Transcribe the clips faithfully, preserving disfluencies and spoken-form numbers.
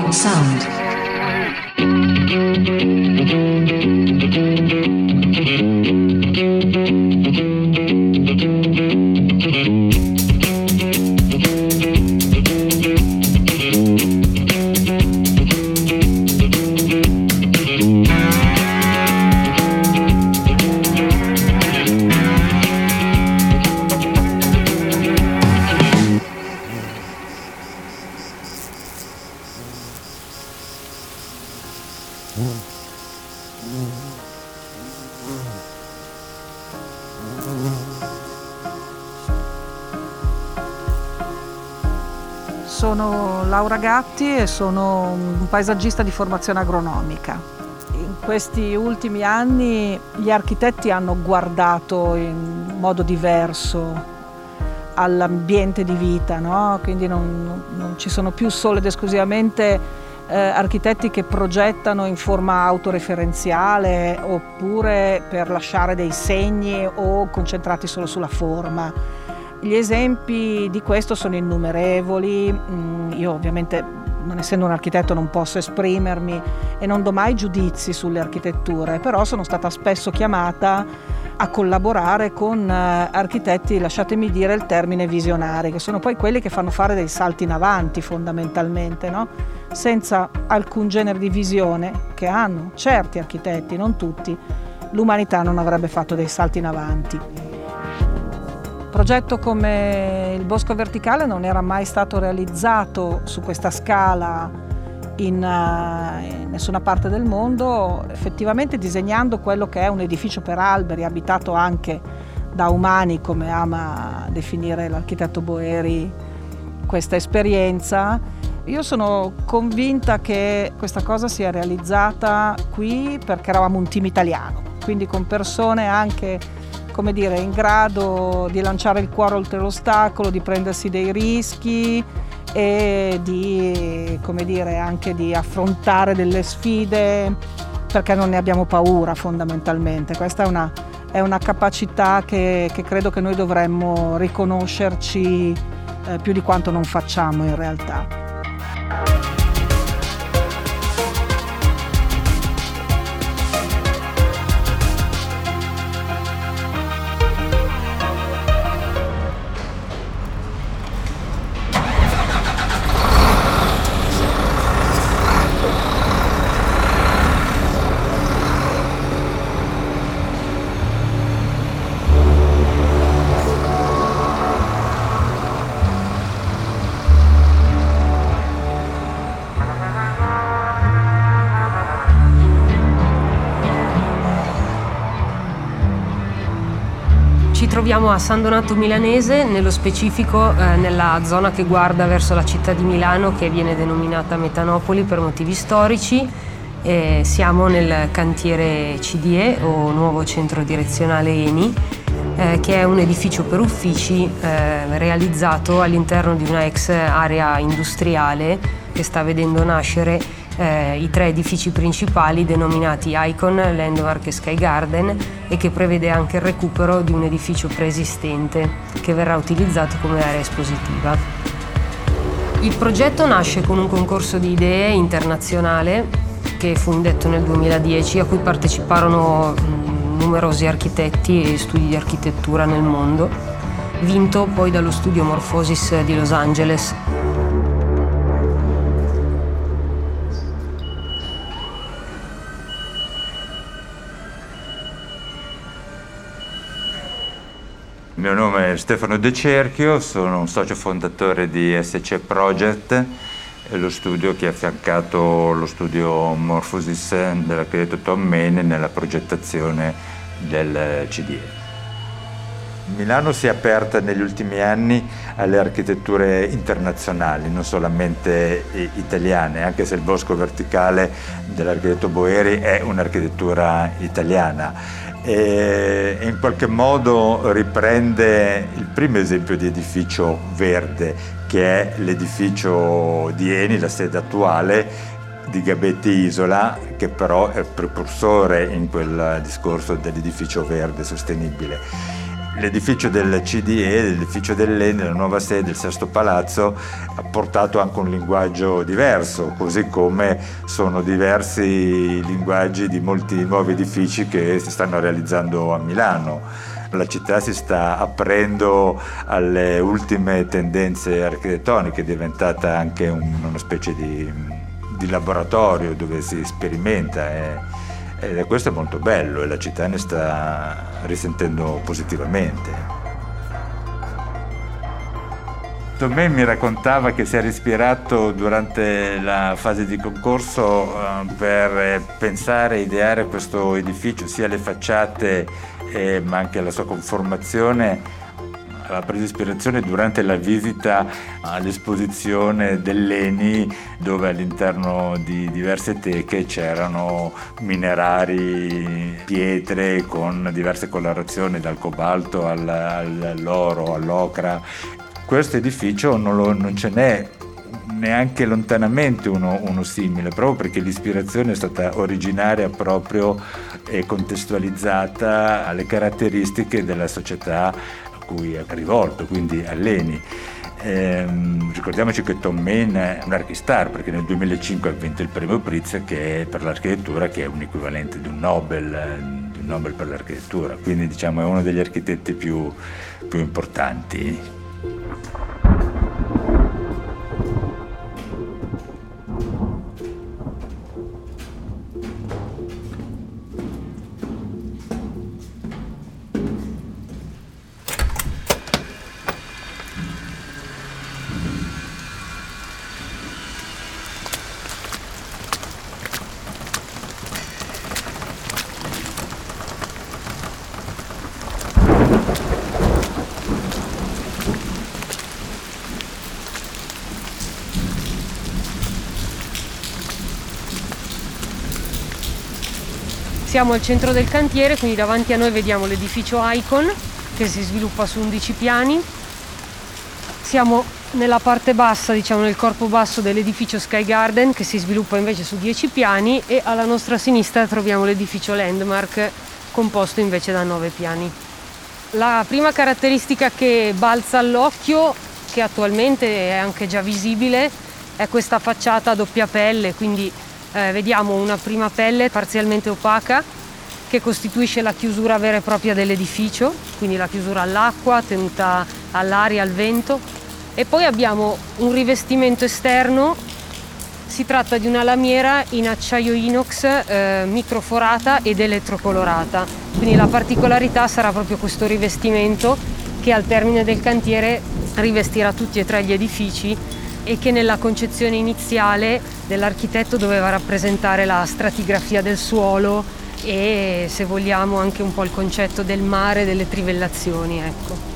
Sound. Sono Laura Gatti e sono un paesaggista di formazione agronomica. In questi ultimi anni gli architetti hanno guardato in modo diverso all'ambiente di vita, no? Quindi non, non ci sono più solo ed esclusivamente eh, architetti che progettano in forma autoreferenziale oppure per lasciare dei segni o concentrati solo sulla forma. Gli esempi di questo sono innumerevoli. Io ovviamente, non essendo un architetto, non posso esprimermi e non do mai giudizi sulle architetture, però sono stata spesso chiamata a collaborare con architetti, lasciatemi dire il termine visionari, che sono poi quelli che fanno fare dei salti in avanti fondamentalmente, no? Senza alcun genere di visione che hanno certi architetti, non tutti, l'umanità non avrebbe fatto dei salti in avanti. Un progetto come il Bosco Verticale non era mai stato realizzato su questa scala in, uh, in nessuna parte del mondo, effettivamente disegnando quello che è un edificio per alberi abitato anche da umani, come ama definire l'architetto Boeri questa esperienza. Io sono convinta che questa cosa sia realizzata qui perché eravamo un team italiano, quindi con persone anche, come dire, in grado di lanciare il cuore oltre l'ostacolo, di prendersi dei rischi e di, come dire, anche di affrontare delle sfide perché non ne abbiamo paura fondamentalmente. Questa è una, è una capacità che, che credo che noi dovremmo riconoscerci eh, più di quanto non facciamo in realtà. Troviamo a San Donato Milanese, nello specifico eh, nella zona che guarda verso la città di Milano, che viene denominata Metanopoli per motivi storici. E siamo nel cantiere C D E o Nuovo Centro Direzionale Eni, eh, che è un edificio per uffici eh, realizzato all'interno di una ex area industriale che sta vedendo nascere Eh, i tre edifici principali denominati Icon, Landmark e Sky Garden, e che prevede anche il recupero di un edificio preesistente che verrà utilizzato come area espositiva. Il progetto nasce con un concorso di idee internazionale che fu indetto nel duemiladieci, a cui parteciparono mh, numerosi architetti e studi di architettura nel mondo, vinto poi dallo studio Morphosis di Los Angeles. Il mio nome è Stefano De Cerchio, sono un socio fondatore di S C Project, lo studio che ha affiancato lo studio Morphosis dell'architetto Tom Mayne nella progettazione del C D E. Milano si è aperta negli ultimi anni alle architetture internazionali, non solamente italiane, anche se il Bosco Verticale dell'architetto Boeri è un'architettura italiana. E in qualche modo riprende il primo esempio di edificio verde, che è l'edificio di Eni, la sede attuale di Gabetti Isola, che però è precursore in quel discorso dell'edificio verde sostenibile. L'edificio del C D E, l'edificio dell'E N I, la nuova sede del Sesto Palazzo, ha portato anche un linguaggio diverso, così come sono diversi i linguaggi di molti nuovi edifici che si stanno realizzando a Milano. La città si sta aprendo alle ultime tendenze architettoniche, è diventata anche un, una specie di, di laboratorio dove si sperimenta e, ed è questo è molto bello e la città ne sta risentendo positivamente. Tomé mi raccontava che si era ispirato durante la fase di concorso uh, per pensare e ideare questo edificio, sia le facciate eh, ma anche la sua conformazione. Aveva preso ispirazione durante la visita all'esposizione dell'E N I, dove all'interno di diverse teche c'erano minerari, pietre con diverse colorazioni, dal cobalto al, all'oro, all'ocra. Questo edificio non, lo, non ce n'è neanche lontanamente uno, uno simile, proprio perché l'ispirazione è stata originaria proprio e contestualizzata alle caratteristiche della società cui è rivolto, quindi all'E N I. Ehm, ricordiamoci che Tom Mayne è un archistar perché nel duemilacinque ha vinto il premio Prize, che è per l'architettura, che è un equivalente di un Nobel, di un Nobel per l'architettura, quindi diciamo è uno degli architetti più, più importanti. Siamo al centro del cantiere, quindi davanti a noi vediamo l'edificio Icon che si sviluppa su undici piani. Siamo nella parte bassa, diciamo nel corpo basso dell'edificio Sky Garden che si sviluppa invece su dieci piani, e alla nostra sinistra troviamo l'edificio Landmark composto invece da nove piani. La prima caratteristica che balza all'occhio, che attualmente è anche già visibile, è questa facciata a doppia pelle, quindi Eh, vediamo una prima pelle parzialmente opaca che costituisce la chiusura vera e propria dell'edificio, quindi la chiusura all'acqua, tenuta all'aria, al vento, e poi abbiamo un rivestimento esterno. Si tratta di una lamiera in acciaio inox eh, microforata ed elettrocolorata, quindi la particolarità sarà proprio questo rivestimento che al termine del cantiere rivestirà tutti e tre gli edifici e che nella concezione iniziale dell'architetto doveva rappresentare la stratigrafia del suolo e, se vogliamo, anche un po' il concetto del mare, delle trivellazioni, ecco.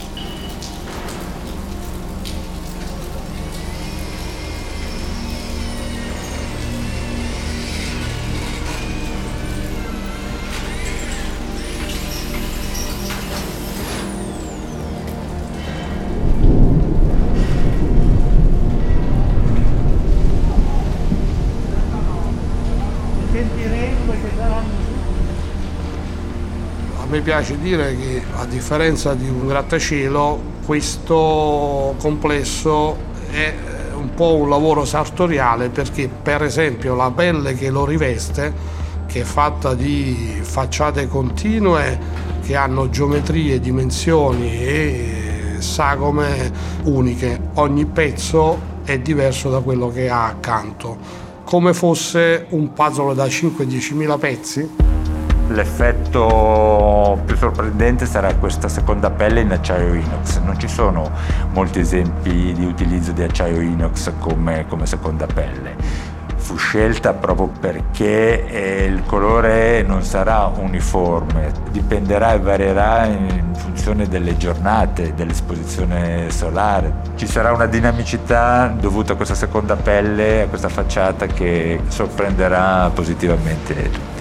A me piace dire che, a differenza di un grattacielo, questo complesso è un po' un lavoro sartoriale, perché per esempio la pelle che lo riveste, che è fatta di facciate continue che hanno geometrie, dimensioni e sagome uniche, ogni pezzo è diverso da quello che ha accanto, come fosse un puzzle da cinque dieci mila pezzi. L'effetto più sorprendente sarà questa seconda pelle in acciaio inox. Non ci sono molti esempi di utilizzo di acciaio inox come, come seconda pelle. Fu scelta proprio perché eh, il colore non sarà uniforme, dipenderà e varierà in funzione delle giornate, dell'esposizione solare. Ci sarà una dinamicità dovuta a questa seconda pelle, a questa facciata, che sorprenderà positivamente tutti.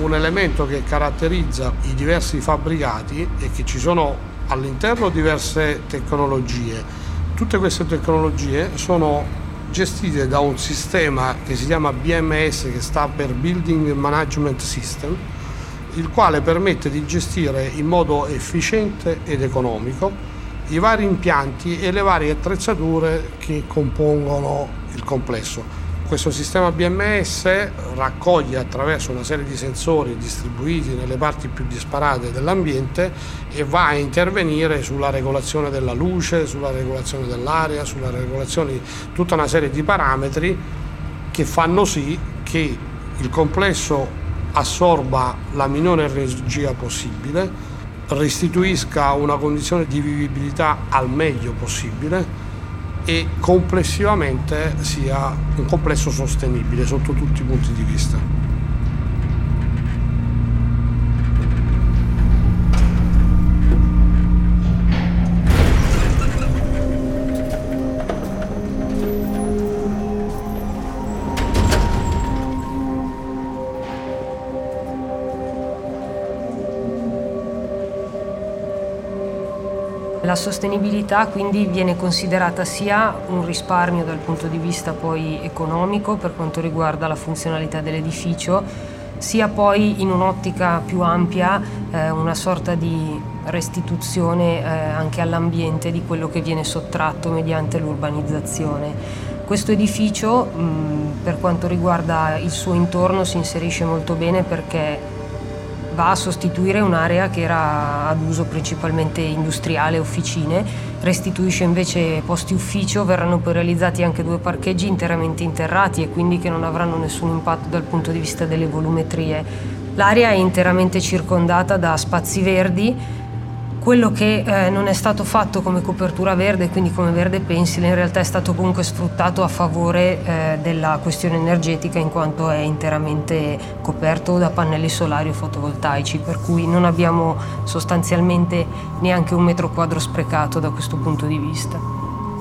un elemento che caratterizza i diversi fabbricati è che ci sono all'interno diverse tecnologie. Tutte queste tecnologie sono gestite da un sistema che si chiama B M S, che sta per Building Management System, il quale permette di gestire in modo efficiente ed economico i vari impianti e le varie attrezzature che compongono il complesso. Questo sistema B M S raccoglie attraverso una serie di sensori distribuiti nelle parti più disparate dell'ambiente e va a intervenire sulla regolazione della luce, sulla regolazione dell'aria, sulla regolazione di tutta una serie di parametri che fanno sì che il complesso assorba la minore energia possibile, restituisca una condizione di vivibilità al meglio possibile e complessivamente sia un complesso sostenibile sotto tutti i punti di vista. La sostenibilità quindi viene considerata sia un risparmio dal punto di vista poi economico per quanto riguarda la funzionalità dell'edificio, sia poi in un'ottica più ampia eh, una sorta di restituzione eh, anche all'ambiente di quello che viene sottratto mediante l'urbanizzazione. Questo edificio mh, per quanto riguarda il suo intorno si inserisce molto bene perché va a sostituire un'area che era ad uso principalmente industriale, officine, restituisce invece posti ufficio, verranno poi realizzati anche due parcheggi interamente interrati e quindi che non avranno nessun impatto dal punto di vista delle volumetrie. L'area è interamente circondata da spazi verdi. Quello che eh, non è stato fatto come copertura verde, quindi come verde pensile, in realtà è stato comunque sfruttato a favore eh, della questione energetica in quanto è interamente coperto da pannelli solari o fotovoltaici, per cui non abbiamo sostanzialmente neanche un metro quadro sprecato da questo punto di vista.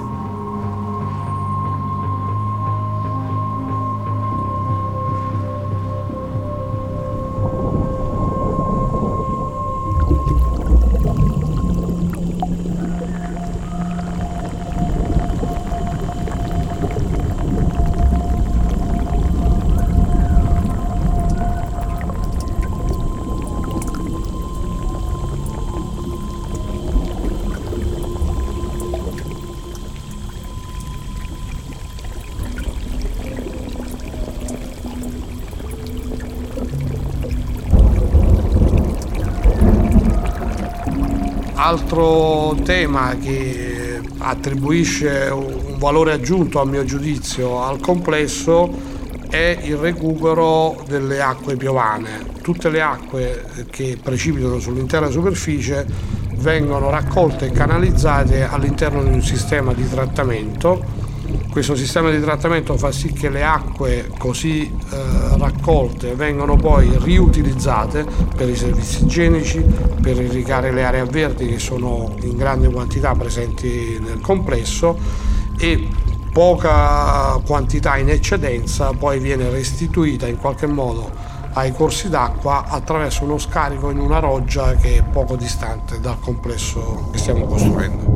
Altro tema che attribuisce un valore aggiunto a mio giudizio al complesso è il recupero delle acque piovane. Tutte le acque che precipitano sull'intera superficie vengono raccolte e canalizzate all'interno di un sistema di trattamento. Questo sistema di trattamento fa sì che le acque così eh, raccolte vengano poi riutilizzate per i servizi igienici, per irrigare le aree verdi che sono in grande quantità presenti nel complesso, e poca quantità in eccedenza poi viene restituita in qualche modo ai corsi d'acqua attraverso uno scarico in una roggia che è poco distante dal complesso che stiamo costruendo.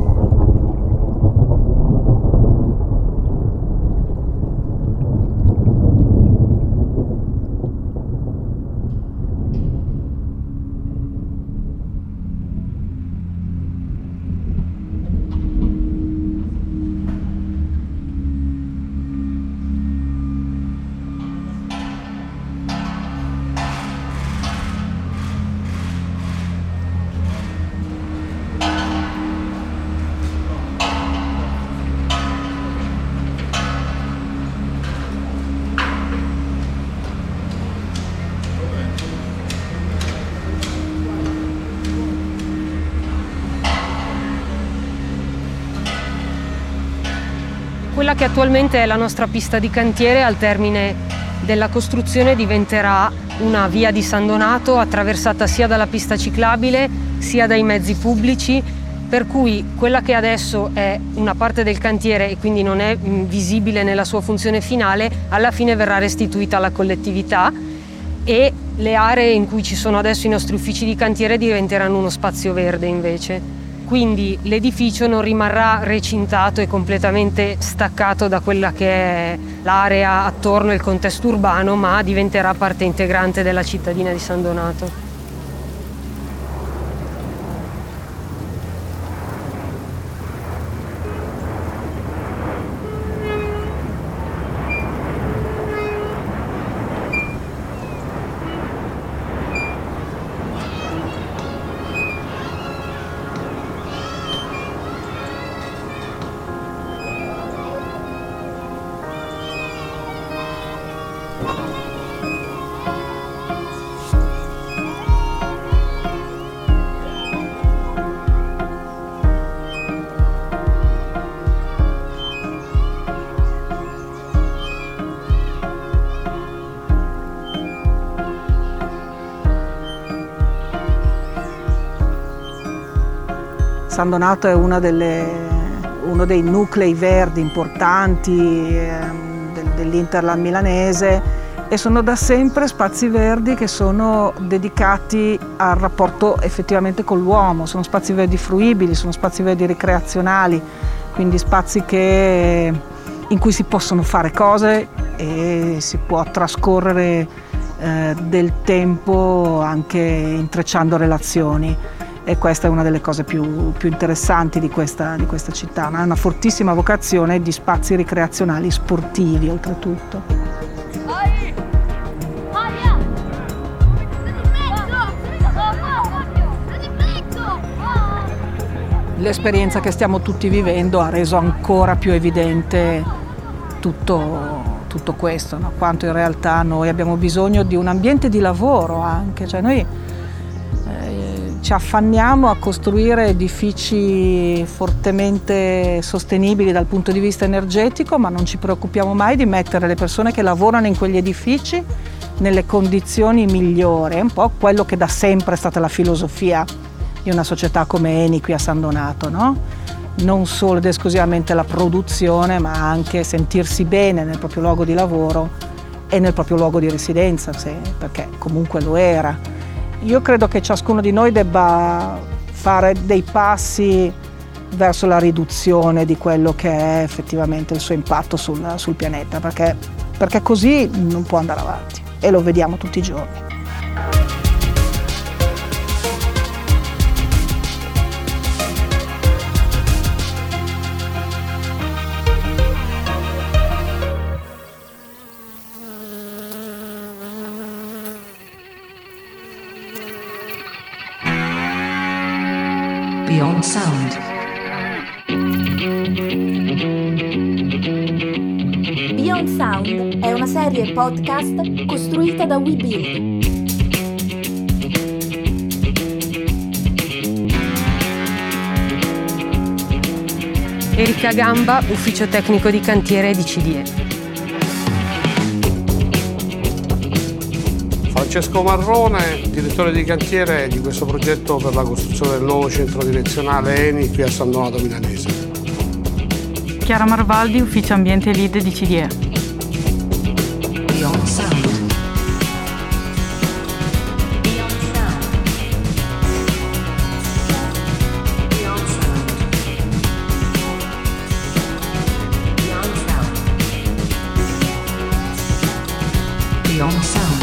Quella che attualmente è la nostra pista di cantiere al termine della costruzione diventerà una via di San Donato attraversata sia dalla pista ciclabile sia dai mezzi pubblici, per cui quella che adesso è una parte del cantiere e quindi non è visibile nella sua funzione finale, alla fine verrà restituita alla collettività e le aree in cui ci sono adesso i nostri uffici di cantiere diventeranno uno spazio verde invece. Quindi l'edificio non rimarrà recintato e completamente staccato da quella che è l'area attorno al contesto urbano, ma diventerà parte integrante della cittadina di San Donato. San Donato è una delle, uno dei nuclei verdi importanti eh, del, dell'Interland milanese e sono da sempre spazi verdi che sono dedicati al rapporto effettivamente con l'uomo, sono spazi verdi fruibili, sono spazi verdi ricreazionali, quindi spazi che, in cui si possono fare cose e si può trascorrere eh, del tempo anche intrecciando relazioni. E questa è una delle cose più, più interessanti di questa, di questa città, ha una fortissima vocazione di spazi ricreazionali sportivi oltretutto. L'esperienza che stiamo tutti vivendo ha reso ancora più evidente tutto, tutto questo, no? Quanto in realtà noi abbiamo bisogno di un ambiente di lavoro anche, cioè noi ci affanniamo a costruire edifici fortemente sostenibili dal punto di vista energetico, ma non ci preoccupiamo mai di mettere le persone che lavorano in quegli edifici nelle condizioni migliori. È un po' quello che da sempre è stata la filosofia di una società come Eni qui a San Donato, no? Non solo ed esclusivamente la produzione, ma anche sentirsi bene nel proprio luogo di lavoro e nel proprio luogo di residenza, se, perché comunque lo era. Io credo che ciascuno di noi debba fare dei passi verso la riduzione di quello che è effettivamente il suo impatto sul, sul pianeta, perché, perché così non può andare avanti e lo vediamo tutti i giorni. Beyond Sound. Beyond Sound è una serie podcast costruita da WeBuild. Erika Gamba, ufficio tecnico di cantiere di C D E. Francesco Marrone, direttore di cantiere di questo progetto per la costruzione del nuovo centro direzionale Eni qui a San Donato Milanese. Chiara Marvaldi, ufficio ambiente lead di C D E. Beyond Sound. Beyond Sound. Beyond Sound. Beyond Sound.